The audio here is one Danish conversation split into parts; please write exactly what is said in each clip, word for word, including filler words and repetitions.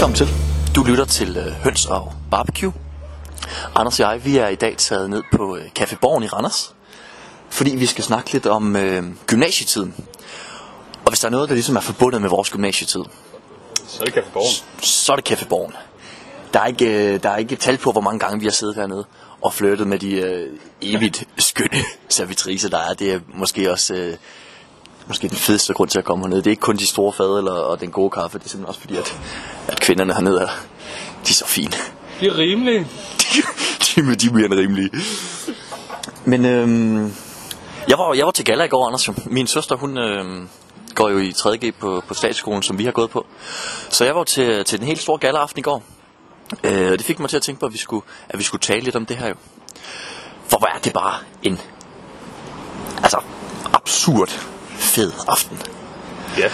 Velkommen til. Du lytter til øh, Høns og Barbecue. Anders og jeg, vi er i dag taget ned på øh, Café Borgen i Randers, fordi vi skal snakke lidt om øh, gymnasietiden. Og hvis der er noget, der ligesom er forbundet med vores gymnasietid, så er det Café Borgen. Så er det Café Borgen. Der er ikke, øh, der er ikke et tal på, hvor mange gange vi har siddet dernede og flirtet med de øh, evigt skønne servitricer, der er. Det er måske også øh, måske den fedeste grund til at komme hernede. Det er ikke kun de store fad eller og den gode kaffe. Det er simpelthen også fordi, at, at kvinderne hernede er, de er så fine. De er rimelige. de, de, de er mere end rimelige. Men øhm, jeg, var, jeg var til galla i går, Anders. Min søster, hun øhm, går jo i tredje G på, på statsskolen, som vi har gået på. Så jeg var til, til den helt store galla-aften i går. Øh, det fik mig til at tænke på, at vi, skulle, at vi skulle tale lidt om det her jo. For hvor er det bare en altså absurd fed aften. Ja.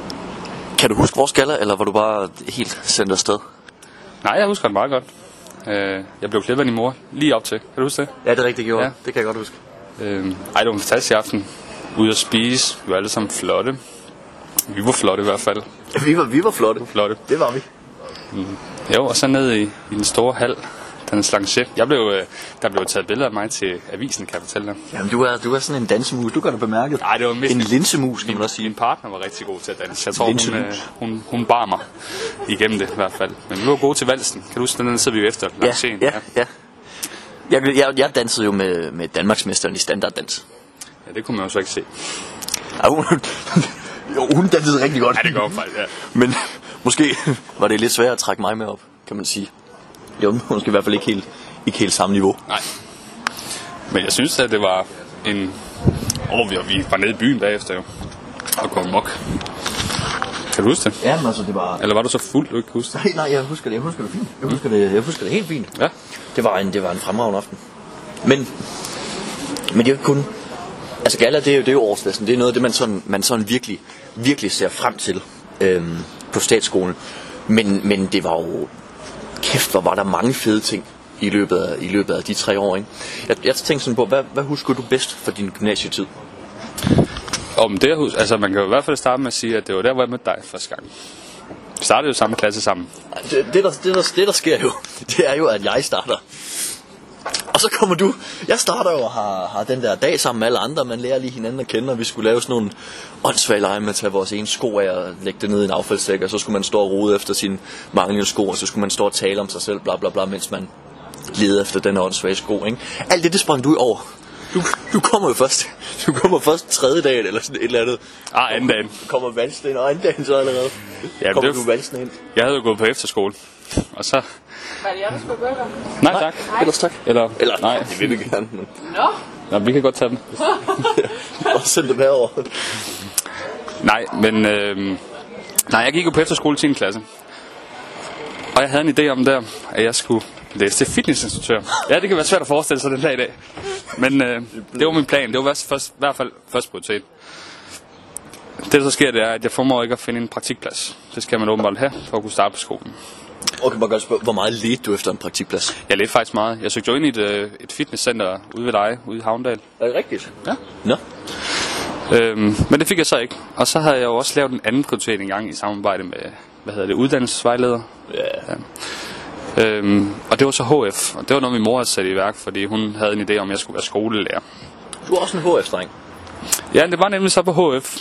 Kan du huske vores galla, eller var du bare helt sendt afsted? Nej, jeg husker det meget godt. Jeg blev klippet af din mor lige op til. Kan du huske det? Ja, det er rigtigt, gjort. Ja. Det kan jeg godt huske. Øh, ej, det var en fantastisk aften. Ude at spise. Vi var alle sammen flotte. Vi var flotte i hvert fald. Vi var, vi var flotte. Vi var flotte. Det var vi. Mm. Jo, og så ned i, i den store hal. Den slags chef. Jeg blev, der blev taget billeder af mig til avisen, kan jeg fortælle dig. Jamen, du er, du er sådan en dansemus. Du gør det bemærket. Nej, det var mest en linsemus, kan min, man også sige. Min partner var rigtig god til at danse. Jeg tror, hun, hun, hun bar mig igennem det i hvert fald. Men vi var gode til valsen. Kan du huske, den sidder vi jo efter ja, scenen. Ja, ja. Jeg, jeg, jeg dansede jo med, med Danmarksmesteren i standarddans. Ja, det kunne man jo så ikke se. Ja, hun, jo, hun dansede rigtig godt. Ja, det går faktisk, ja. Men måske var det lidt svært at trække mig med op, kan man sige. Jo, måske i hvert fald ikke helt, ikke helt samme niveau. Nej. Men jeg synes, at det var en... Åh, oh, vi var nede i byen bagefter jo. Og gå mok. Kan du huske det? Ja, men altså det var... Eller var du så fuld, du ikke kunne huske det? Nej, nej, jeg husker det. Jeg husker det fint. Jeg husker det, jeg husker det helt fint. Ja. Det var en, det var en fremragende aften. Men... Men det er jo ikke kun... Altså galla, det er jo, det er jo årsfesten. Det er noget af det, man sådan, man sådan virkelig, virkelig ser frem til øhm, på statsskolen. Men, men det var jo... Kæft, hvor var der mange fede ting i løbet af, i løbet af de tre år, ikke? Jeg, jeg tænkte sådan på, hvad, hvad husker du bedst for din gymnasietid? Om det, hus, altså man kan jo i hvert fald starte med at sige, at det var der, hvor jeg mødte dig første gang. Vi startede jo samme klasse sammen. Det, det, der, det, der, det der sker jo, det er jo, at jeg starter. Og så kommer du. Jeg starter jo og har, har den der dag sammen med alle andre. Man lærer lige hinanden at kende, og vi skulle lave sådan nogle åndssvage lege med at tage vores ene sko af og lægge det ned i en affaldssæk. Og så skulle man stå og rode efter sine manglende sko, og så skulle man stå og tale om sig selv, bla bla bla, mens man leder efter den åndssvage sko, ikke? Alt det, det sprang du over. Du, du kommer jo først. Du kommer først tredje dagen eller sådan et eller andet. Ah, anden dagen. Du kommer valsen ind, og anden dagen så allerede. Ja, kommer det... du valsen ind. Jeg havde jo gået på efterskole. Og så... Var det jeg, der skulle gøre det? Nej, tak. Nej. Ellers tak. Eller, Eller nej. Det vil vi gerne. Men... Nå. Nå, vi kan godt tage dem. Og sende dem herover. Nej, men... Øh... Nej, jeg gik jo på efterskole i tiende klasse. Og jeg havde en idé om der, at jeg skulle læse til fitnessinstruktør. Ja, det kan være svært at forestille sig den dag i dag. Men øh, det var min plan. Det var først, i hvert fald første prioritet. Det der så sker, det er, at jeg formår ikke at finde en praktikplads. Det skal man åbenbart have, for at kunne starte på skolen. Okay, bare godt spørge, hvor meget ledte du efter en praktikplads? Jeg ledte faktisk meget. Jeg søgte jo ind i et, et fitnesscenter ude ved dig, ude i Havndal. Er det rigtigt? Ja. Nå. Øhm, men det fik jeg så ikke. Og så havde jeg jo også lavet en anden prioritering en gang i samarbejde med, hvad hedder det, uddannelsesvejleder. Ja. Ja. Øhm, og det var så H F, og det var noget min mor havde sat i værk, fordi hun havde en idé om, at jeg skulle være skolelærer. Du er også en H F-dreng. Ja, det var nemlig så på H F,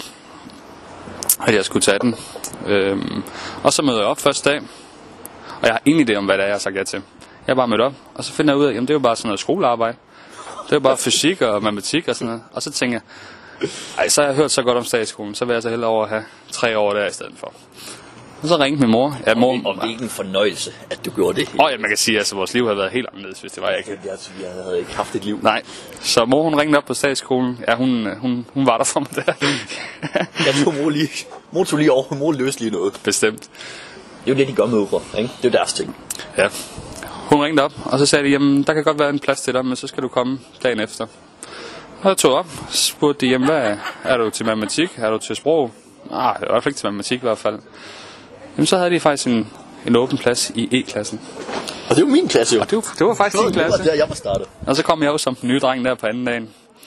at jeg skulle tage den. Øhm, og så møder jeg op første dag, og jeg har ingen idé om, hvad det er, jeg har sagt ja til. Jeg er bare mødt op, og så finder jeg ud af, at jamen, det er jo bare sådan noget skolearbejde. Det er jo bare fysik og matematik og sådan noget. Og så tænker jeg, ej, så har jeg hørt så godt om statsskolen, så vil jeg så hellere over have tre år der i stedet for. Og så ringte min mor. Ja, mor og det er ikke en fornøjelse, at du gjorde det. Åh oh, ja, man kan sige, at altså, vores liv havde været helt anderledes, hvis det var jeg ikke. Jeg, jeg havde ikke haft et liv. Nej, så mor hun ringte op på statsskolen. Ja, hun, hun, hun var der for mig der. Jeg tror, mor, lige, mor tog lige over. Mor løste lige noget. Bestemt. Det er jo det, de gør med uger, ikke? Det er jo deres ting. Ja. Hun ringte op, og så sagde de, jamen, der kan godt være en plads til dig, men så skal du komme dagen efter. Og jeg tog op, spurgte de, jamen, hvad er, er du til matematik? Er du til sprog? Nej, jeg er i hvert fald ikke til matematik i hvert fald. Jamen, så havde de faktisk en, en åben plads i E-klassen. Og det var min klasse jo. Og det var, det var faktisk din klasse. Det var der, jeg var startet. Og så kom jeg jo som den nye dreng der på anden dagen.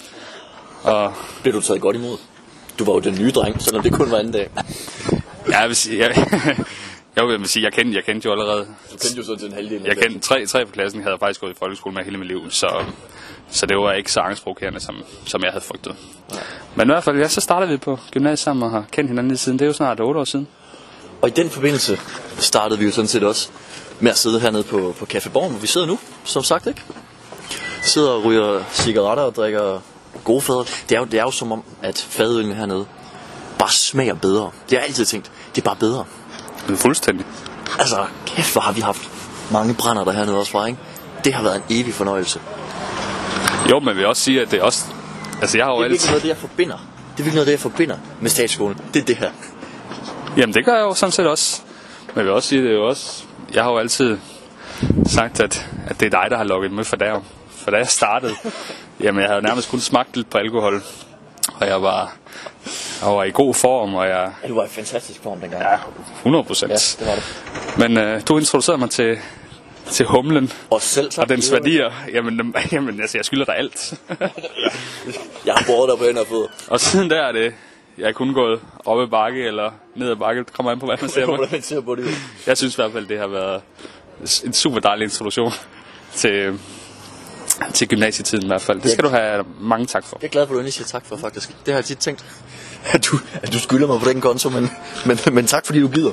Og blev du taget godt imod? Du var jo den nye dreng, selvom det kun var anden dag. Ja, jeg vil sige, jeg, Jo, jeg vil sige, jeg kendte, jeg kendte jo allerede. Du kendte jo sådan til en halvdel. Jeg kendte tre, tre på klassen, havde jeg faktisk gået i folkeskole med hele mit liv, så, så det var ikke så angstprovokerende, som, som jeg havde frygtet. Ja. Men i hvert fald, ja, så startede vi på gymnasiet sammen og har kendt hinanden i siden. Det er jo snart otte år siden. Og i den forbindelse startede vi jo sådan set også med at sidde hernede på, på Café Borgen, hvor vi sidder nu, som sagt, ikke? Sidder og ryger cigaretter og drikker gode fader. Det er jo, det er jo som om, at fadølene hernede bare smager bedre. Det har jeg altid tænkt. Det er bare bedre. Det er fuldstændig. Altså, kæft, hvor har vi haft mange brænder der hernede også fra, ikke? Det har været en evig fornøjelse. Jo, men jeg vil også sige, at det er også... Altså, jeg har jo det er virkelig altid... noget, det jeg forbinder. Det er virkelig noget, det jeg forbinder med statsskolen. Det er det her. Jamen, det gør jeg jo sådan set også. Men jeg vil også sige, det er jo også... Jeg har jo altid sagt, at, at det er dig, der har lukket med for der. For da jeg startede, jamen, jeg havde nærmest kun smagt lidt på alkohol. Og jeg var... Jeg var i god form, og jeg... Ja, du var i fantastisk form dengang. Ja, hundrede procent. Ja, det var det. Men øh, du introducerede mig til, til humlen. Og selv tak. Og dens værdier. Jamen, jamen, altså, jeg skylder dig alt. Jeg har båret dig på hænder og fødder. Og siden der er det... Jeg er kun gået op ad bakke, eller ned ad bakke. Det kommer an på, hvad man ser på. Man ser på det. Jeg synes i hvert fald, det har været en super dejlig introduktion til, til gymnasietiden i hvert fald. Det skal du have mange tak for. Jeg er glad for, at du endelig siger tak for, faktisk. Det har jeg tit tænkt, at du, at du skylder mig på den konto, men, men, men tak, fordi du gider.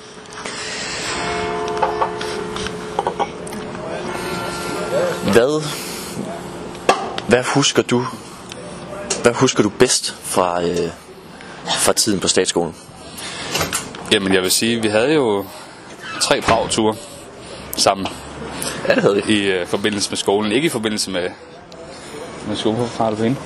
Hvad, hvad husker du, hvad husker du bedst fra, øh, fra tiden på statsskolen? Jamen, jeg vil sige, vi havde jo tre Prag-ture sammen. Ja, det havde vi. I øh, forbindelse med skolen. Ikke i forbindelse med, med skolen. Hvorfor har du hende?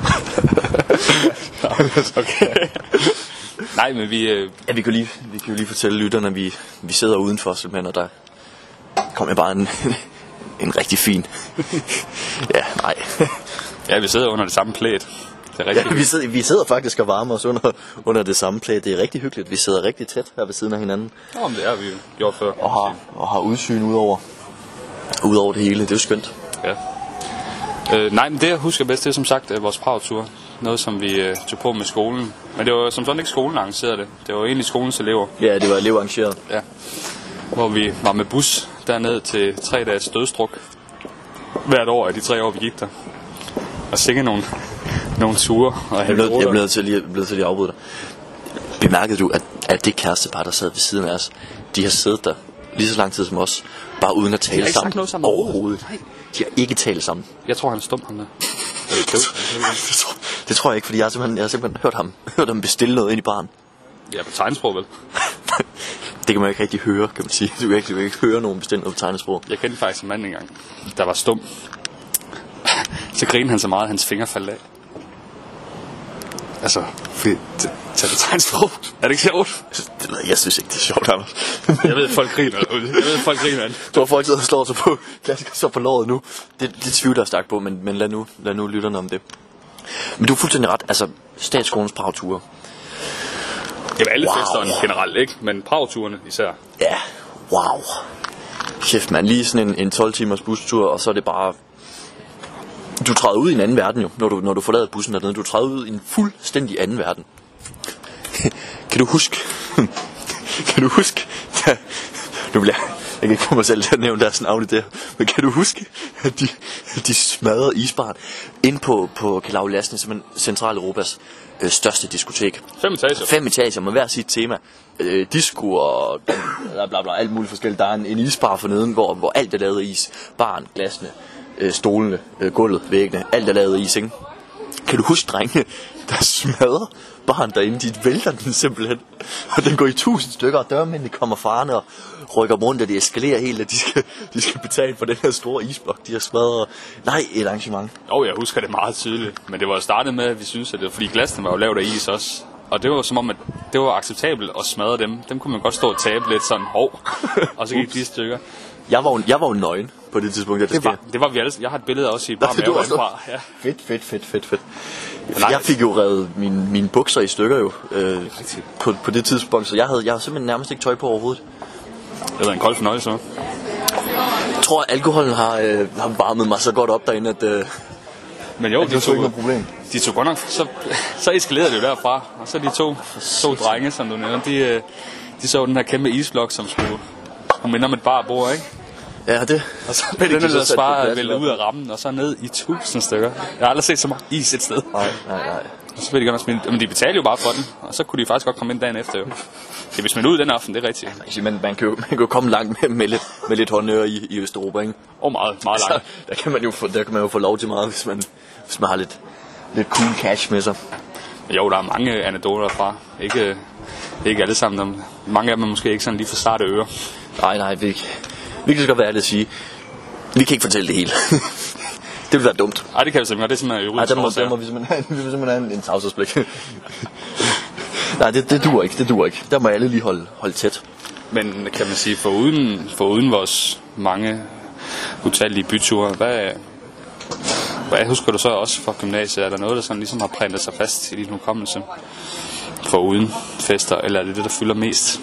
Okay. Nej, men vi... Øh... Ja, vi kan, lige, vi kan jo lige fortælle lytterne, at vi, vi sidder udenfor, simpelthen, og der kom jeg bare en, en rigtig fin... ja, nej. Ja, vi sidder under det samme plæt. Det er rigtig ja, vi sidder, vi sidder faktisk og varmer os under, under det samme plæt. Det er rigtig hyggeligt. Vi sidder rigtig tæt her ved siden af hinanden. Nå, men det har vi jo gjort før. Og har, og har udsyn ud over, ud over det hele. Det er jo skønt. Ja. Øh, nej, men det jeg husker bedst, det er som sagt øh, vores Prag-tur. Noget som vi øh, tog på med skolen. Men det var som sådan ikke skolen, der arrangerede det. Det var egentlig skolens elever. Ja, det var elevarrangeret. Ja. Hvor vi var med bus derned til tre dages dødstruk. Hvert år af de tre år, vi gik der. Og sikke nogle, nogle ture. Og jeg blev jeg blev til lige, blev til lige afbryde dig. Bemærkede du, at, at det kærestepar, der sad ved siden af os, de har siddet der lige så lang tid som os, bare uden at tale sammen, sammen overhovedet. Nej. De har ikke talt sammen. Jeg tror, han er stum, ham der. det, tror, det tror jeg ikke, fordi jeg har simpelthen, jeg har simpelthen hørt ham, hørt ham bestille noget ind i baren. Ja, på tegnsprog vel? Det kan man ikke rigtig høre, kan man sige. Du kan ikke, du kan ikke høre nogen bestille noget på tegnesprog. Jeg kendte faktisk en mand engang, der var stum. Så grinede han så meget, at hans fingre faldt af. Altså, fedt. Tag det tegnsprog. Er det ikke sjovt? Det ved jeg, jeg synes ikke, det er sjovt, Anders. Jeg ved, folk griner. Jeg ved, folk griner. Du har folk, der slår sig på klassiker så på låret nu. Det, det tvivler jeg stærkt på, men, men lad, nu, lad nu lytterne om det. Men du er fuldstændig ret. Altså, statsskolens Prag-ture. Jamen, alle wow. Festerne generelt, ikke? Men Prag-turene især. Ja, wow. Kæft, man. Lige sådan en, en tolv timers bustur, og så er det bare... Du træder ud i en anden verden jo, når du, når du forlader bussen dernede. Du træder ud i en fuldstændig anden verden. Kan du huske? kan du huske? Ja, nu bliver jeg... Jeg kan ikke få mig selv til at nævne deres navne der. Men kan du huske, at de, de smadrede isbaren ind på, på Kalav Lasny, som en Centraleuropas øh, største diskotek. Fem etager. Fem etager med hver sit tema. Øh, disco og bla, bla, bla, alt muligt forskelligt. Der er en, en isbar forneden, hvor, hvor alt er lavet af is. Baren, glasene, øh, stolene, øh, gulvet, væggene, alt er lavet af is, ikke? Kan du huske, drenge, der smadrer baren derinde? De vælter den simpelthen. Og den går i tusind stykker, og dørmændene kommer farne og rykker rundt, og det eskalerer helt, at de skal, de skal betale for den her store isblok, de har smadret. Nej, et arrangement. Jo, jeg husker det meget tydeligt. Men det var startet med, at vi synes, at det var, fordi glasene var jo lavet af is også. Og det var som om, at det var acceptabelt at smadre dem. Dem kunne man godt stå og tabe lidt sådan, hov. Og så gik de stykker. Jeg var jo, jeg var jo nøgen på det tidspunkt, det, det var, det var vi alle. Jeg har et billede også i bare med fra. Ja. Fedt, fedt, fedt, fedt, fedt. Jeg fik jo revet mine, mine bukser i stykker jo øh, på, på det tidspunkt, så jeg havde, jeg havde simpelthen nærmest ikke tøj på overhovedet. Det var en kold fornøjelse. Jeg tror, at alkoholen har, øh, har varmet mig så godt op derinde, at, øh, men jo, at det var ikke noget problem. De tog godt nok, så, så eskalerede det jo derfra. Og så de to, to drenge, som du nævnte, de, de så den her kæmpe isblok, som skulle som minder om et barbord, ikke? Ja, det. Og så blev den der bare vælge ud af rammen, og så ned i tusind stykker. Jeg har aldrig set så meget is et sted. Nej, nej, nej. Og så blev de godt nok smidt. Men de betalte jo bare for den, og så kunne de faktisk godt komme ind dagen efter jo. Det blev smidt ud den aften, det er rigtigt. Men man kan jo, man kan jo komme langt med, med lidt, med lidt håndører i, i Østeuropa, ikke? Og meget, meget langt. Så, der kan man jo få, der kan man jo få lov til meget, hvis man, hvis man har lidt, lidt cool cash med sig. Jo, der er mange anekdoter fra. Ikke, ikke alle sammen. Der, mange af dem er måske ikke sådan lige for sarte ører. Nej, nej, vi, vi kan så godt være ærligt at sige, vi kan ikke fortælle det hele. Det vil være dumt. Nej, det kan vi simpelthen. Det er simpelthen juridisk. Nej, der må, der må vi simpelthen have, vi vil simpelthen have en, en tavshedspligt. Nej, det, det duer ikke, det duer ikke. Der må alle lige holde, holde tæt. Men kan man sige, for uden, for uden vores mange utallige byture, hvad, hvad husker du så også fra gymnasiet? Er der noget, der sådan ligesom har printet sig fast i din hukommelse? For uden fester, eller er det det, der fylder mest?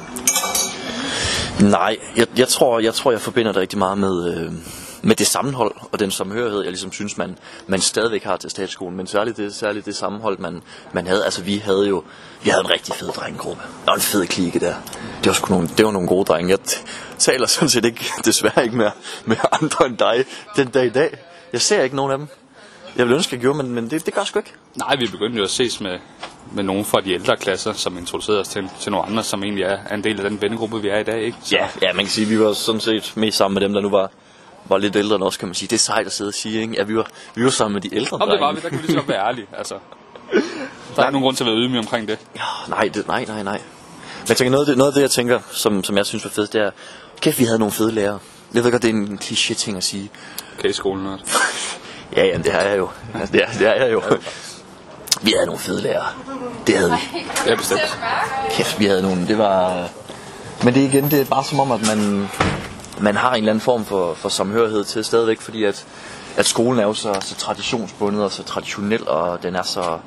Nej, jeg, jeg, tror, jeg tror, jeg forbinder det rigtig meget med, øh, med det sammenhold og den samhørighed, jeg ligesom synes, man, man stadigvæk har til statsskolen. Men særligt det, særligt det sammenhold, man, man havde. Altså, vi havde jo vi havde en rigtig fed drengegruppe. Der var en fed klike der. Det var, sgu nogle, det var nogle gode drenge. Jeg taler sådan set ikke, desværre ikke mere med andre end dig den dag i dag. Jeg ser ikke nogen af dem. Jeg ville ønske, jeg gjorde, men, men det, det gør sgu ikke. Nej, vi begyndte jo at ses med, med nogle fra de ældre klasser, som introducerede os til, til nogle andre, som egentlig er, er en del af den vennegruppe, vi er i dag, ikke? Så. Ja, ja, man kan sige, at vi var sådan set mest sammen med dem, der nu var, var lidt ældre end os, kan man sige. Det er sejt at sidde og sige, ikke? Ja, vi var, vi var sammen med de ældre. Om det var vi, der kan vi lige så være ærlige, altså. Der er ikke nogen grund til at være ydmyg omkring det. Ja, nej, det, nej, nej, nej. Men jeg tænker, noget af det, noget af det jeg tænker, som, som jeg synes var fedt, det er, kæft, vi havde nogle fede lærere. Jeg ved godt, det er en kliché ting at sige. Okay, skolen også. Ja, ja, det er jeg jo. Altså, det, er, det er jeg jo. Vi havde nogle fede lærere. Det havde vi. Ja, bestemt. Kæft, vi havde nogle. Det var. Men det igen, det er bare som om, at man, man har en eller anden form for, for samhørighed til stadigvæk, fordi at, at skolen er jo så, så traditionsbundet og så traditionel, og den er så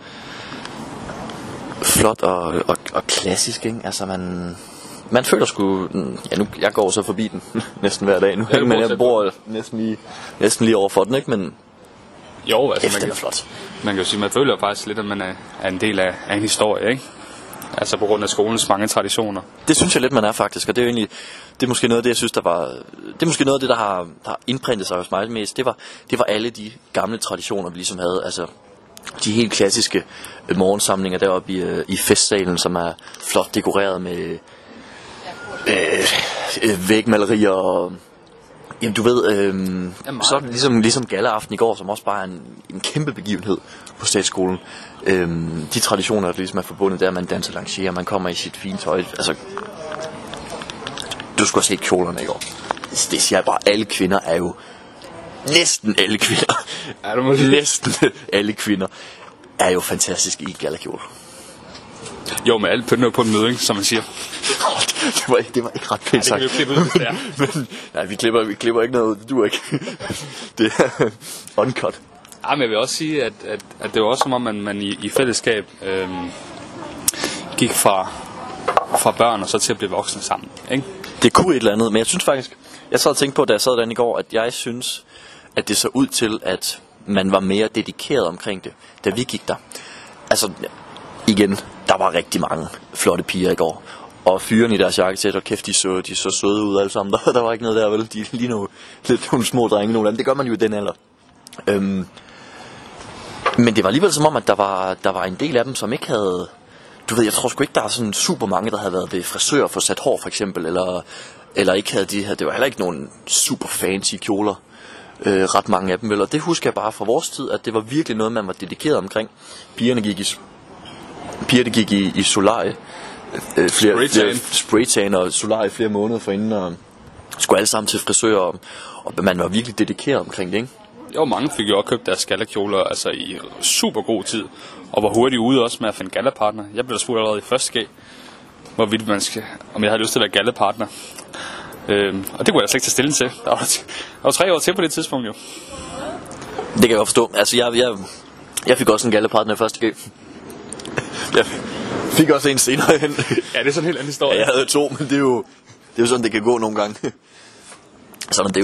flot og, og, og klassisk, ikke? Altså man, man føler sgu, ja nu, jeg går så forbi den næsten hver dag nu, ja, men jeg bor næsten lige, næsten lige over for den, ikke? Men jo, altså man kan, er flot. Man kan jo sige, man føler faktisk lidt, at man er, er en del af, af en historie, ikke? Altså på grund af skolens mange traditioner. Det synes jeg lidt, man er faktisk, og det er jo egentlig, det er måske noget af det, jeg synes, der var, det er måske noget af det, der har, der har indprintet sig hos mig mest. Det var, det var alle de gamle traditioner, vi ligesom havde, altså de helt klassiske morgensamlinger deroppe i, i festsalen, som er flot dekoreret med øh, vægmalerier og jamen du ved, øh, så er det ligesom, ligesom galleaften i går, som også bare er en, en kæmpe begivenhed på statsskolen. Øh, de traditioner, der ligesom er forbundet, der at man danser lancerer, man kommer i sit fine tøj. Altså, du skulle have set kjolerne i går. Det siger jeg bare, alle kvinder er jo, næsten alle kvinder, ja, du må næsten alle kvinder er jo fantastiske i gallakjole. Jo, med alt pynter på en møde, som man siger. det, var, det var ikke ret pænt sagt. Ja, det kan vi jo klippe ud, ja. Men, nej, vi klipper, vi klipper ikke noget ud, det duer ikke. Det er uncut. Ja, men jeg vil også sige, at, at, at det var også som om, man, man i, i fællesskab øhm, gik fra, fra børn og så til at blive voksne sammen, ikke? Det kunne et eller andet, men jeg synes faktisk, jeg sad og tænkte på, da jeg sad derinde i går, at jeg synes, at det så ud til, at man var mere dedikeret omkring det, da vi gik der. Altså, igen, der var rigtig mange flotte piger i går. Og fyrene i deres jakkesæt, og kæft, de så, de så søde ud alle sammen. Der, der var ikke noget der, vel? De lige nu lidt nogle små drenge, nogle af dem. Det gør man jo i den alder. Øhm, men det var alligevel som om, at der var, der var en del af dem, som ikke havde... Du ved, jeg tror sgu ikke, der er sådan super mange, der havde været ved frisør for sat hår, for eksempel. Eller, eller ikke havde de her... Det var heller ikke nogen super fancy kjoler. Øh, ret mange af dem, vel? Og det husker jeg bare fra vores tid, at det var virkelig noget, man var dedikeret omkring. Pigerne gik i... Pigerne gik i, i solarie. Øh, flere, spraytan. flere spraytan og solar i flere måneder forinden, og skulle alle sammen til frisør, og, og man var virkelig dedikeret omkring det, ikke? Jo, mange fik jo også købt deres gallakjoler altså i super god tid, og var hurtigt ude også med at finde gallapartner. Jeg blev da spurgt allerede i første G, hvorvidt man skal, om jeg havde lyst til at være gallapartner. Øhm, og det kunne jeg da slet ikke tage stilling til. Der var, der var tre år til på det tidspunkt jo. Det kan jeg godt forstå. Altså, jeg, jeg, jeg fik også en gallapartner i første G. Jeg fik også en senere hen. Ja, det er sådan en helt anden historie. Ja, jeg havde to, men det er jo, det er jo sådan, det kan gå nogle gange. Sådan er det jo.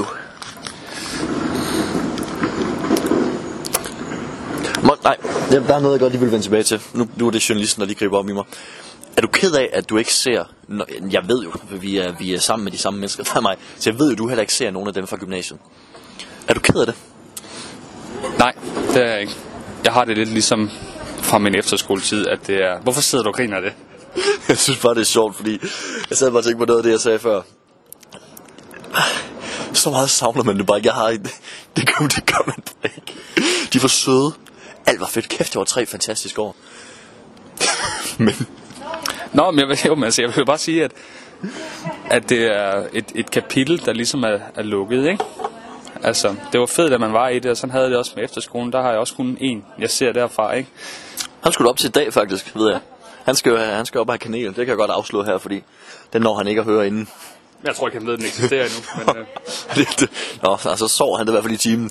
Må, nej, der er noget, jeg godt lige vil vende tilbage til. Nu, nu er det journalisten, der lige griber op i mig. Er du ked af, at du ikke ser... Jeg ved jo, for vi er, vi er sammen med de samme mennesker for mig, så jeg ved jo, at du heller ikke ser nogen af dem fra gymnasiet. Er du ked af det? Nej, det er jeg ikke. Jeg har det lidt ligesom fra min efterskoletid, at det er... Hvorfor sidder du og griner af det? Jeg synes bare, det er sjovt, fordi jeg sad bare og tænkte på noget af det, jeg sagde før. Så meget savner man det bare ikke. Jeg har ikke... Det gør, det gør man bare ikke. De var søde. Alt var fedt. Kæft, det var tre fantastiske år. Men... Nå, men jeg vil, jo, men altså, jeg vil bare sige, at, at det er et, et kapitel, der ligesom er, er lukket, ikke? Altså, det var fedt, at man var i det, og sådan havde det også med efterskolen. Der har jeg også kun en, jeg ser derfra, ikke? Han skulle op til i dag, faktisk, ved jeg. Han skal jo han skal op og have kanel. Det kan jeg godt afslå her, fordi den når han ikke at høre inden. Jeg tror ikke, han ved, at den eksisterer endnu. Men, øh... det, det. Nå, altså sover han det i hvert fald i timen.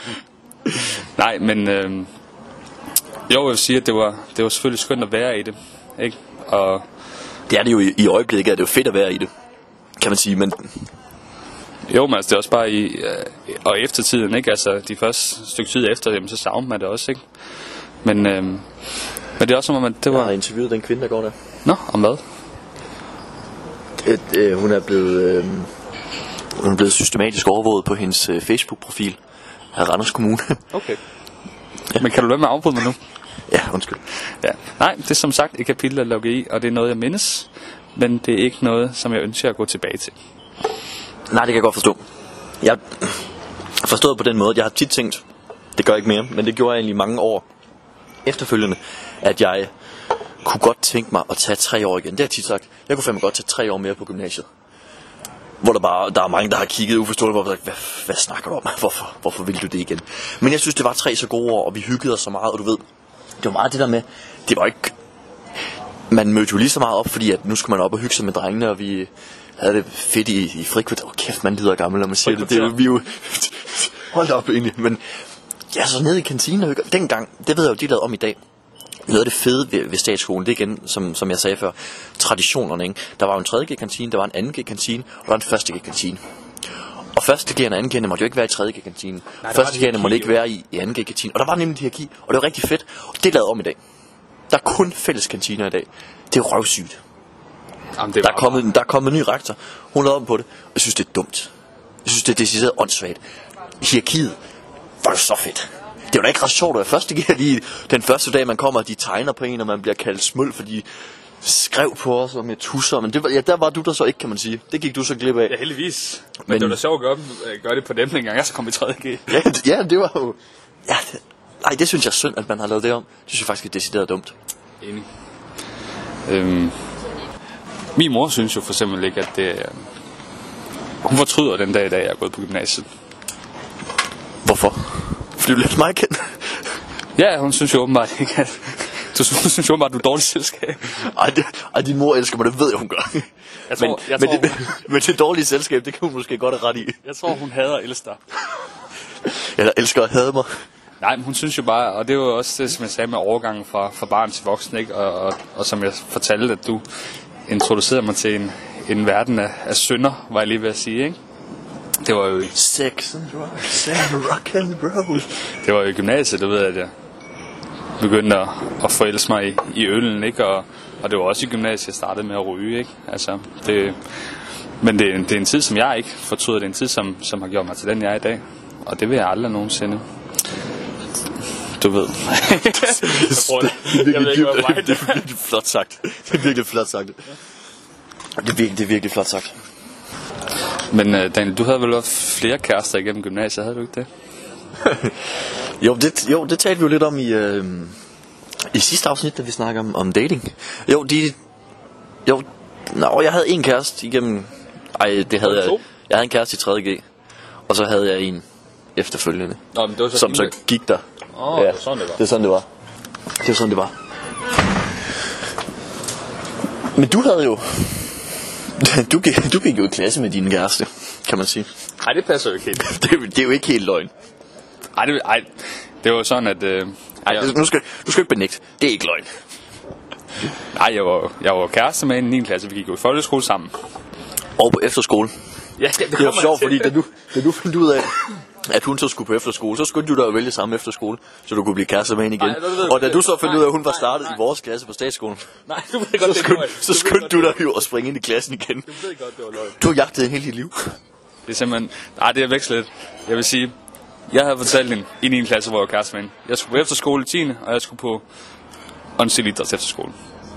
Nej, men øh... jo, jeg vil sige, at det var, det var selvfølgelig skønt at være i det, ikke? Og... Det er det jo i, i øjeblikket, at det er jo fedt at være i det, kan man sige, men... Jo, men altså, det er også bare i... Øh... Og eftertiden, ikke? Altså, de første stykke tid efter, jamen, så savner man det også, ikke? Men... Øh... Men det er også som om, at det var... Jeg har interviewet den kvinde, der går der. Nå, om hvad? Et, øh, hun er blevet øh, hun er blevet systematisk overvåget på hendes øh, Facebook-profil af Randers Kommune. Okay. Ja. Men kan du lade med at afbryde mig nu? Ja, undskyld. Ja. Nej, det er som sagt et kapitel at lukke i, og det er noget, jeg mindes, men det er ikke noget, som jeg ønsker at gå tilbage til. Nej, det kan jeg godt forstå. Jeg har forstået på den måde, at jeg har tit tænkt, det gør jeg ikke mere, men det gjorde jeg egentlig mange år efterfølgende, at jeg kunne godt tænke mig at tage tre år igen. Det har jeg tit sagt. Jeg kunne fandme godt tage tre år mere på gymnasiet. Hvor der bare der er mange, der har kigget uforståeligt på, hvad, hvad snakker du om? Hvorfor, hvorfor vil du det igen? Men jeg synes, det var tre så gode år, og vi hyggede os så meget, og du ved, det var meget det der med, det var ikke... Man mødte jo lige så meget op, fordi at nu skulle man op og hygge sig med drengene, og vi havde det fedt i, i frikvarter. Åh, kæft, man lyder gammel, når man siger det. Det er vi jo... Hold op egentlig, men... Ja, så nede i kantinen og hygge. Dengang, det ved jeg jo, de lavede om i dag. Noget af det fede ved, ved statsskolen, det er igen, som, som jeg sagde før, traditionerne, ikke? Der var jo en tredje G-kantine, der var en anden G-kantine, og der var en første G-kantine. Og første G'erne og anden G'erne måtte jo ikke være i tredje G-kantine. Første G'erne måtte ikke være i, i anden G-kantine. Og der var nemlig et hierarki, og det var rigtig fedt. Og det er lavet om i dag. Der er kun fælles kantiner i dag. Det er røvsygt. Jamen, det der, er kommet, der er kommet en ny rektor. Hun lavede om på det. Og jeg synes, det er dumt. Jeg synes, det er decideret åndssvagt. Hierarkiet var jo så fedt. Det var da ikke ret sjovt, at første G lige den første dag, man kommer, og de tegner på en, og man bliver kaldt smøl, for de skrev på os og med tusser. Men det var, ja, der var du der så ikke, kan man sige. Det gik du så glip af. Ja, heldigvis. Men, Men det var da sjovt at gøre, gøre det på dem, dengang jeg så kom i tredje G. Ja, det, ja, det var jo... Ja, det, ej, det synes jeg er synd, at man har lavet det om. Det synes jeg faktisk er decideret dumt. Enig. Øhm, min mor synes jo for eksempel ikke, at det... Hun fortryder den dag i dag, jeg er gået på gymnasiet. Hvorfor? Fordi du lærte mig kendt. Ja, hun synes jo åbenbart ikke, at... Du synes jo åbenbart, at du er dårligt selskab. Ej, det, ej, din mor elsker mig, det ved jeg, hun gør. Jeg tror, men, jeg men, tror, det, men det dårlige selskab, det kan hun måske godt have ret i. Jeg tror, hun hader Elster. Eller elsker at hade mig. Nej, men hun synes jo bare, og det var jo også det, som jeg sagde med overgangen fra, fra barn til voksen, ikke? Og, og, og som jeg fortalte, at du introducerede mig til en, en verden af, af synder, var jeg lige ved at sige, ikke? Det var jo... Sex and rock, and rock and roll. Det var jo i gymnasiet, du ved, at jeg begyndte at, at forelske mig i, i øllen, ikke? Og, og det var også i gymnasiet, jeg startede med at ryge, ikke? Altså, det... Men det, det er en tid, som jeg ikke fortryder. Det er en tid, som, som har gjort mig til den, jeg er i dag. Og det vil jeg aldrig nogensinde. Du ved. jeg prøver det. Jeg ved ikke, hvad jeg det er virkelig flot sagt. Det er virkelig flot sagt. Det er virkelig, det er virkelig flot sagt. Men uh, Daniel, du havde vel også flere kærester igennem gymnasiet, havde du ikke det? jo, det jo, det talte vi jo lidt om i, øh, i sidste afsnit, da vi snakker om, om dating. Jo, de... Jo, nå, jeg havde en kæreste igennem... Ej, det havde jeg... Jeg havde en kæreste i tredje G. Og så havde jeg en efterfølgende. Nå, men det var så som så gik der. Åh, oh, ja, det var sådan det var. Det er sådan det var. Det var sådan det var. Men du havde jo... Du gik, du gik jo i klasse med din kæreste, kan man sige. Nej, det passer jo ikke helt. det, er, det er jo ikke helt løgn. Nej, det, ej, det var sådan, at... Øh, ej, ja. nu, skal, du skal ikke benægte. Det er ikke løgn. Nej, jeg var, jeg var kæreste med en i niende klasse. Vi gik jo i folkeskole sammen. Og på efterskole. Ja, det, det er jo sjovt, fordi da du, da du fandt ud af, at hun så skulle på efterskole, så skulle du da jo vælge samme efterskole, så du kunne blive kærester med hende igen. Nej, ved, og da du så fandt ud af, at hun var startet nej, nej. i vores klasse på statsskolen, Nej, du ved godt, så skyndte, så skyndte du dig jo at springe ind i klassen igen. Du ved godt, det var løgn. Du har jagtet hele dit liv. Det er simpelthen... Nej, det er væk lidt. Jeg vil sige, jeg havde fortalt hende i niende klasse, hvor jeg var kæreste med hende. Jeg skulle på efterskole i tiende og jeg skulle på åndselig idræts efterskole.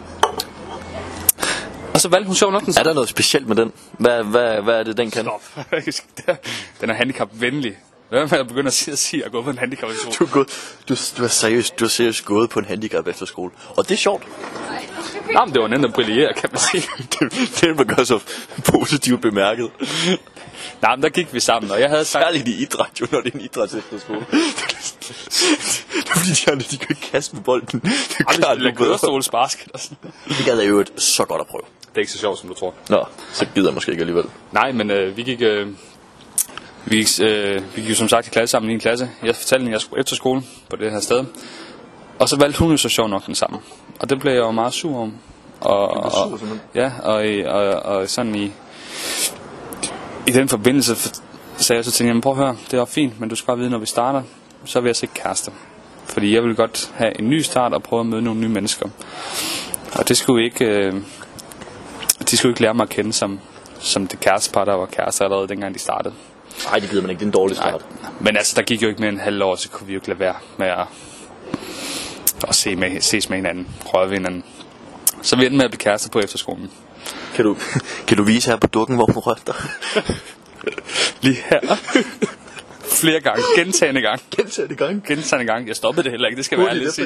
Og så valgte hun sjov nok den. Er der noget specielt med den? Hvad, hvad, hvad er det, den kan? Stop. Den er handicapvenlig. Hvad med at begynde at sige, at sige at jeg er gået på en handicap efterskole? Du er, gået, du, du, er seriøst, du er seriøst gået på en handicap efterskole. Og det er sjovt. Nej, men det var nemt at brillere, kan man sige. det, det er man gør så positivt bemærket. Nej, men der gik vi sammen, og jeg havde sagt... Særligt i idræt, jo, når det er en idrætsefterskole. Det er fordi, de andre, de kan ikke kaste med bolden. Det er Ej, klart, vi lader kørestolens basket og sådan. Det gad jeg jo et så godt at prøve. Det er ikke så sjovt, som du tror. Nå, så gider jeg måske ikke alligevel. Nej, men øh, vi gik... Øh, vi, gik øh, vi gik jo som sagt i klasse sammen i en klasse. Jeg fortalte hende, at jeg skulle efter skole på det her sted. Og så valgte hun jo så sjov nok den sammen. Og det blev jeg jo meget sur om. Og, og, ja, og, og, og, og sådan i... I den forbindelse sagde jeg så til hende, prøv at høre, det er fint, men du skal bare vide, når vi starter, så vil jeg så ikke kæreste. Fordi jeg vil godt have en ny start og prøve at møde nogle nye mennesker. Og det skulle ikke, øh, de skulle ikke lære mig at kende som, som det kærestepar, der var kærester allerede dengang de startede. Nej, det gider man ikke, det er en dårlig start. Nej. Men altså, der gik jo ikke mere end en halv år, så kunne vi jo ikke lade være med at, at se med, ses med hinanden, røre ved hinanden. Så vi endte med at blive kærester på efterskolen. Kan du, kan du vise her på dukken, hvor hun rørte dig? Lige her. Flere gange. Gentagende gang. Gentagende gang? Gentagende gang. Jeg stoppede det heller ikke. Det skal være ærligt at sige.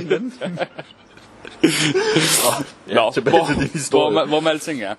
Nå, hvor, hvor, hvor, hvor med alting er.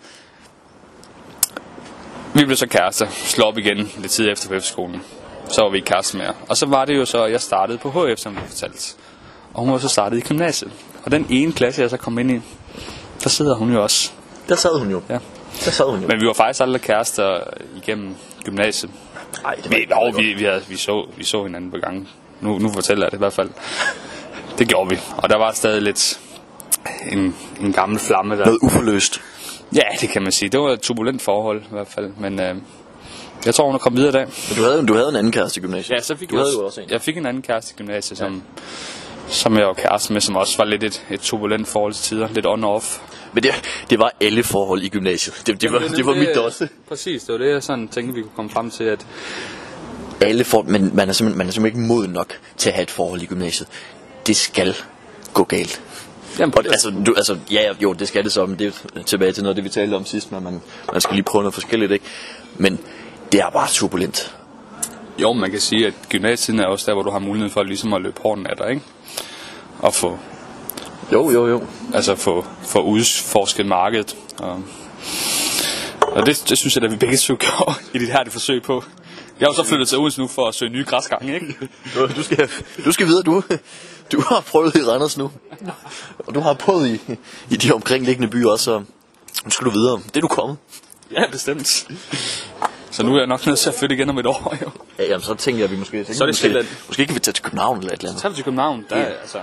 Vi blev så kærester. Slå op igen lidt tid efter på efterskolen. Så var vi ikke kærester mere. Og så var det jo så, at jeg startede på H F, som vi fortalte. Og hun var så startet i gymnasiet. Og den ene klasse, jeg så kom ind i, der sidder hun jo også. Der sad hun jo. Ja. Der sad hun jo. Men vi var faktisk aldrig kærester igennem gymnasiet. Nej, det var vi, ikke jo, vi, vi, havde, vi, så, vi så hinanden på gange. Nu, nu fortæller jeg det i hvert fald. Det gjorde vi. Og der var stadig lidt en, en gammel flamme der. Noget uforløst. Ja, det kan man sige. Det var et turbulent forhold i hvert fald. Men øh, jeg tror, hun er kommet videre i dag. Men du havde, du havde en anden kæreste i gymnasiet. Ja, så fik du jeg, havde også, jo også en. jeg fik en anden kæreste i gymnasiet, som, ja. som jeg var kæreste med, som også var lidt et, et turbulent forhold til tider. Lidt on-off. Men det, det var alle forhold i gymnasiet. Det, det, var, det, det var mit også. Præcis, det var det, jeg sådan tænkte, vi kunne komme frem til, at... Alle forhold, men man er, simpelthen, man er simpelthen ikke moden nok til at have et forhold i gymnasiet. Det skal gå galt. Jamen, og, altså, du, altså, ja, jo, det skal det så, men det er tilbage til noget, det vi talte om sidst, men man, man skal lige prøve noget forskelligt, ikke? Men det er bare turbulent. Jo, man kan sige, at gymnasiet er også der, hvor du har mulighed for ligesom at løbe hården af dig, ikke? Og få... Jo, jo, jo. Altså få, få udforsket markedet. Og, og det, det synes jeg, at vi begge to gjorde i dit her det forsøg på. Jeg har jo så flyttet til Odense nu for at søge nye græsgange, ikke? Du, du, skal, du skal videre, du, du har prøvet i Randers nu. Og du har prøvet i, i de omkringliggende byer også, så nu skal du videre. Det er du kommet. Ja, bestemt. Så nu er jeg nok nødt til at flytte igen om et år, jo. Ja, jamen, så tænker jeg, at vi måske... Så er det måske, måske kan vi tage til København eller et eller andet. Så tager vi til København, der ja. er altså...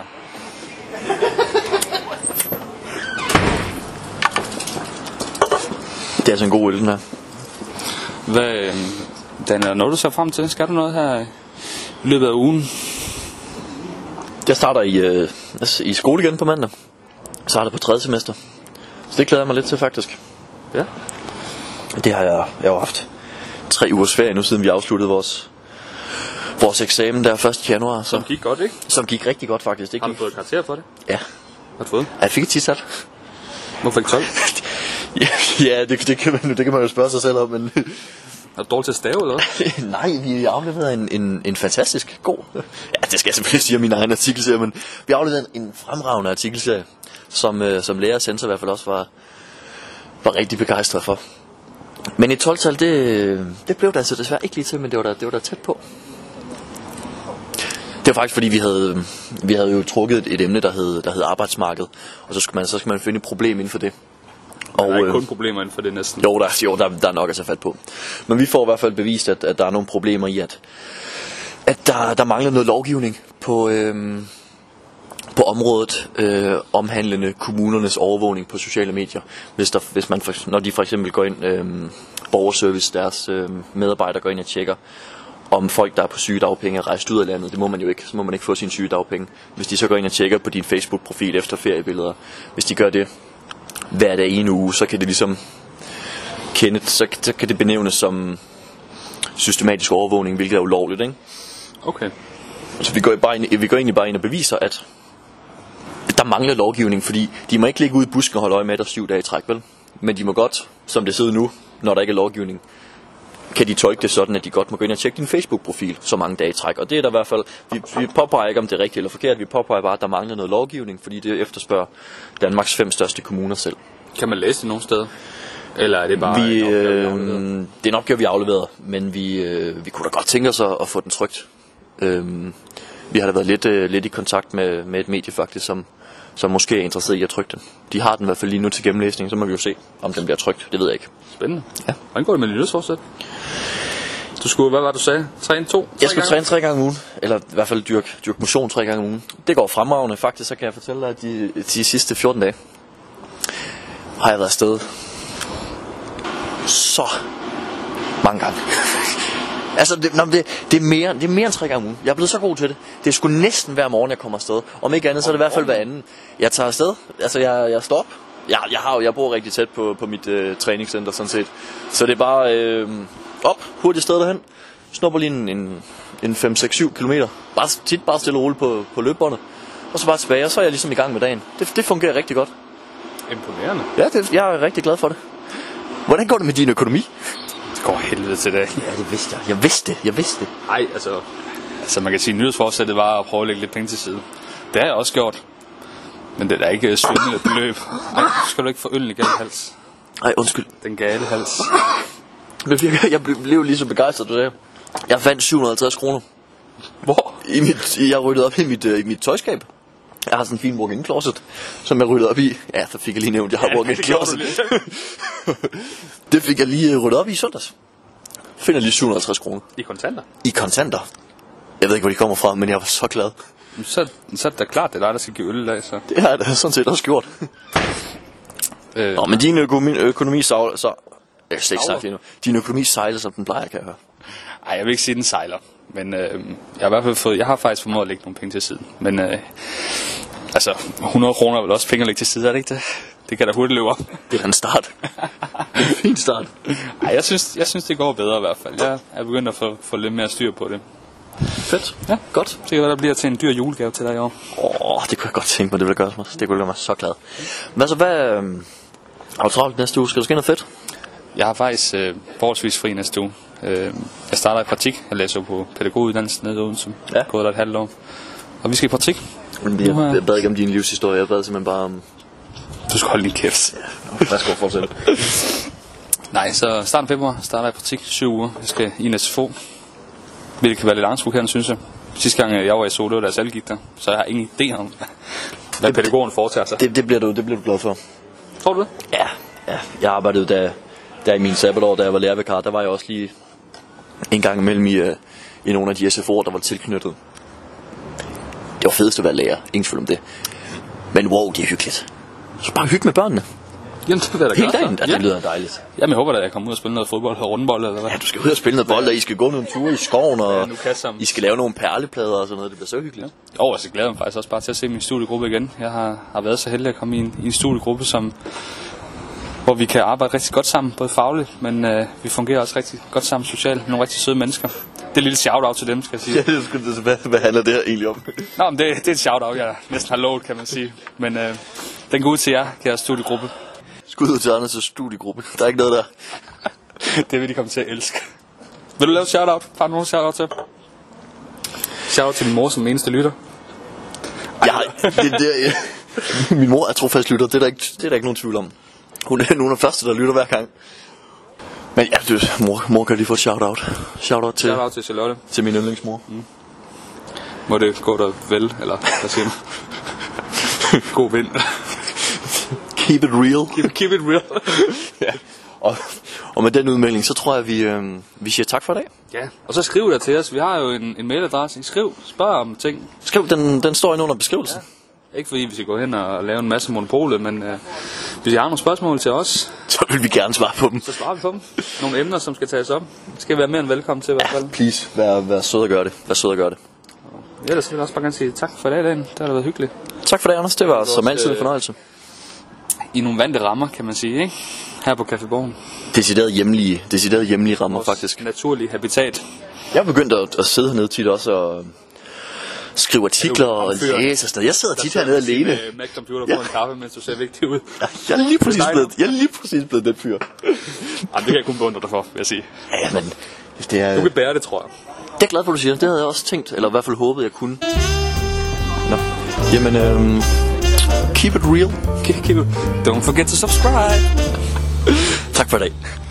Det er altså en god øl, den her. Hvad, øh, Daniel, når du ser frem til? Skal du noget her i løbet af ugen? Jeg starter i, øh, i skole igen på mandag. Jeg starter på tredje semester. Så det glæder jeg mig lidt til, faktisk. Ja. Det har jeg, jeg har haft tre ugers ferie nu, siden vi afsluttede vores, vores eksamen der første januar. Så, som gik godt, ikke? Som gik rigtig godt, faktisk. Det har du fået et karakter for det? Ja. Har du fået? Ja, jeg fik et ti-sat. Hvorfor ikke tolv? ja, ja det, det, kan man, det kan man jo spørge sig selv om, men... Er du dårlig til at stave, eller hvad? Nej, vi afleverede en, en, en fantastisk god... Ja, det skal jeg selvfølgelig sige om min egen artikelserie, men vi afleverede en, en fremragende artikelserie, som, øh, som lærer og censor i hvert fald også var, var rigtig begejstret for. Men et tolv-tal, det, det blev der altså desværre ikke lige til, men det var der, det var der tæt på. Det var faktisk fordi vi havde, vi havde jo trukket et, et emne, der hed, der hed arbejdsmarked, og så skal man, så skal man finde et problem inden for det. Og, der er ikke kun problemer inden for det næsten. Jo, der, jo der, der er nok at tage fat på. Men vi får i hvert fald bevist, at, at der er nogle problemer i, at, at der, der mangler noget lovgivning på, øhm, på området øh, omhandlende kommunernes overvågning på sociale medier. Hvis, der, hvis man for, når de for eksempel går ind, øhm, borgerservice, deres øhm, medarbejdere går ind og tjekker, om folk, der er på sygedagpenge, er rejst ud af landet. Det må man jo ikke. Så må man ikke få sine sygedagpenge. Hvis de så går ind og tjekker på din Facebook-profil efter feriebilleder, hvis de gør det hver dag i en uge, så kan det ligesom kende, så, så kan det benævnes som systematisk overvågning, hvilket er ulovligt, ikke? Okay. Så vi går, bare ind, vi går egentlig bare ind og beviser, at der mangler lovgivning, fordi de må ikke ligge ude i busken og holde øje med dig syv dage i træk, vel? Men de må godt, som det sidder nu, når der ikke er lovgivning, kan de tolke det sådan, at de godt må gå ind og tjekke din Facebook-profil så mange dage i træk. Og det er der i hvert fald, vi, vi påpeger ikke, om det er rigtigt eller forkert, vi påpeger bare, at der mangler noget lovgivning, fordi det efterspørger Danmarks fem største kommuner selv. Kan man læse det nogle steder? Eller er det bare vi, en opgave, vi øh, det er en opgave, vi afleverer, men vi, øh, vi kunne da godt tænke os at, at få den trykt. Øh, vi har da været lidt, øh, lidt i kontakt med, med et medie faktisk, som, som måske er interesseret i at trykke den. De har den i hvert fald lige nu til gennemlæsning, så må vi jo se, om den bliver trykt. Det ved jeg ikke. Spændende. Ja. Hvordan går det med dit nyhedsforsæt? Du skulle, hvad var det, du sagde? Træne to? Jeg skal træne tre gange om ugen, eller i hvert fald dyrke, dyrke motion tre gange om ugen. Det går fremragende. Faktisk så kan jeg fortælle dig, at de, de sidste fjorten dage har jeg været afsted så mange gange. Altså, det, nå, det, det, er mere, det er mere end tre gange om ugen. Jeg er blevet så god til det. Det er sgu næsten hver morgen, jeg kommer afsted. Om ikke andet, så er det i hvert fald hver anden. Jeg tager afsted. Altså, jeg, jeg står op. Jeg, jeg, har, jeg bor rigtig tæt på, på mit øh, træningscenter, sådan set. Så det er bare øh, op, hurtigt sted derhen. Snupper lige en, en, en fem seks syv kilometer. Bare, tit bare stille og roligt på, på løbebåndet. Og så bare tilbage, og så er jeg ligesom i gang med dagen. Det, det fungerer rigtig godt. Imponerende. Ja, det, jeg er rigtig glad for det. Hvordan går det med din økonomi? Det går helvede til det. Ja, det vidste jeg. Jeg vidste det. Jeg vidste det. Nej, altså, altså man kan sige, at nyhedsforsættet var at prøve at lægge lidt penge til side. Det har jeg også gjort. Men det er da ikke svindende beløb. Ej, skal du ikke få øllen i gale hals? Nej, undskyld. Den gale hals. Jeg blev lige så begejstret, du sagde. Jeg fandt syv hundrede og halvtreds kroner. Hvor? I mit, jeg ryddede op i mit, uh, i mit tøjskab. Jeg har sådan en fin walk-in closet, som jeg ryddede op i. Ja, så fik jeg lige nævnt, jeg har ja, walk-in closet. Det fik jeg lige ryddet op i søndags. Finder lige syv hundrede og halvtreds kroner. I kontanter? I kontanter. Jeg ved ikke, hvor de kommer fra, men jeg var så glad. Så, så er det da klart, det er dig, der skal give øl i dag, så. Det har jeg da sådan set også gjort. øh, Nå, men din økonomi, økonomi sejler, så... Jeg kan slet ikke sagt lige nu. Din økonomi sejler, som den plejer, kan jeg høre. Ej, jeg vil ikke sige, den sejler. Men øh, jeg har i hvert fald fået... Jeg har faktisk formået at lægge nogle penge til siden. Men øh, altså, hundrede kroner er vel også penge at lægge til side, er det ikke det? Det kan da hurtigt løbe op. Det er da en start. En fin start. Ej, jeg synes, jeg synes, det går bedre i hvert fald. Jeg er begyndt at få, få lidt mere styr på det. Fedt. Ja, godt. Så kan der bliver til en dyr julegave til dig i år. Åh, oh, det kunne jeg godt tænke mig, det ville gøre mig. Det kunne gøre mig så glad. Men så hvad... Øh, har du travlt næste uge? Skal du ske noget fedt? Jeg har faktisk øh, forholdsvis fri næste uge. Øh, jeg starter i praktik. Jeg læser på pædagoguddannelsen nede i Odense. Ja. Gået der et halvt år. Og vi skal i praktik. Men jeg, jeg, jeg bad ikke om din livshistorie. Jeg bad simpelthen bare om... Du skal holde din kæft. Ja, hvad skal du fortsætte? Nej, så starten februar starter jeg i praktik. Syv uger. Jeg skal i en S F O. Hvilket kan være lidt angstprovokerende, synes jeg. Sidste gang jeg var i Sol, det var da jeg selv gik der. Så jeg har ingen idé om, hvad pædagogen foretager sig. Det, det, bliver du, det bliver du glad for. Tror du det? Ja, ja. Jeg arbejdede da, der i min sabbatår, da jeg var lærervikar. Der var jeg også lige en gang imellem i, uh, i nogle af de S F O'er, der var tilknyttet. Det var fedest at være lærer. Ingen tvivl om det. Men wow, det er hyggeligt. Så bare hygge med børnene. Jamen, det er da helt dagen, det lyder dejligt. Jamen, jeg håber da, at jeg kommer ud og spille noget fodbold og rundbold, eller hvad? Ja, du skal ud og spille noget bold, og I skal gå nogle ture i skoven, og ja, I skal lave nogle perleplader og sådan noget. Det bliver så hyggeligt. Ja. Jo, altså, jeg glæder mig faktisk også bare til at se min studiegruppe igen. Jeg har, har været så heldig at komme i en, i en studiegruppe, som, hvor vi kan arbejde rigtig godt sammen, både fagligt, men øh, vi fungerer også rigtig godt sammen socialt. Nogle rigtig søde mennesker. Det er et lille shout-out til dem, skal jeg sige. Ja, det skulle, hvad, hvad handler det her egentlig om? Nå, men det, det er et shout-out, jeg næsten har lovet, kan man sige. Men øh, den går ud til jer, kære studiegruppe. Skud ud til Anders' studiegruppe. Der er ikke noget der. Det vil de komme til at elske. Vil du lave shout-out? Har du nogen shout-out til? Shout-out til min mor som eneste lytter. Ja, det, det, ja. Min mor er trofast lytter. Det er der ikke, det er der ikke nogen tvivl om. Hun er nogen af første, der lytter hver gang. Men ja, du, mor, mor kan lige få et shout-out. Shout-out til, shout-out til Charlotte. Til min yndlingsmor. Mm. Må det gå der vel, eller hvad siger du? God vind. Keep it real. Keep, keep it real. Ja. Og, og med den udmelding, så tror jeg, vi, øh, vi siger tak for i dag. Ja, og så skriv der til os. Vi har jo en, en mailadresse. Skriv, spørg om ting. Skriv, den, den står inde under beskrivelsen. Ja. Ikke fordi vi skal gå hen og lave en masse monopolet, men øh, hvis I har nogle spørgsmål til os, så vil vi gerne svare på dem. Så svarer vi på dem. Nogle emner, som skal tages op. Det skal være mere end velkommen til i hvert fald. Please, vær, vær sød og gør det. Vær sød og gør det. Ellers vil jeg også bare gerne sige tak for i dag, Dan. Det har da været hyggeligt. Tak for det, Anders. Det var Det var som også, altid en øh, fornøjelse. I nogle vante rammer, kan man sige, ikke? Her på Café Borgen. Decideret hjemlige, decideret hjemlige rammer, Vores faktisk. naturlige habitat. Jeg er begyndt at, at sidde hernede tit også og skrive artikler og fremfører. læse og sådan noget. Jeg sidder tit hernede alene. Med Mac-computer på Ja. en kaffe, mens du ser vigtig ud. Ja, jeg er lige præcis blevet, jeg er lige præcis blevet den fyr. Jamen, det kan jeg kun beundre dig for, vil jeg sige. Ja, men det er... Du kan bære det, tror jeg. Det er jeg glad for, du siger. Det havde jeg også tænkt, eller i hvert fald håbet, jeg kunne. Nå. Jamen, øhm, keep it real. Keep it. Don't forget to subscribe. Tak for i dag.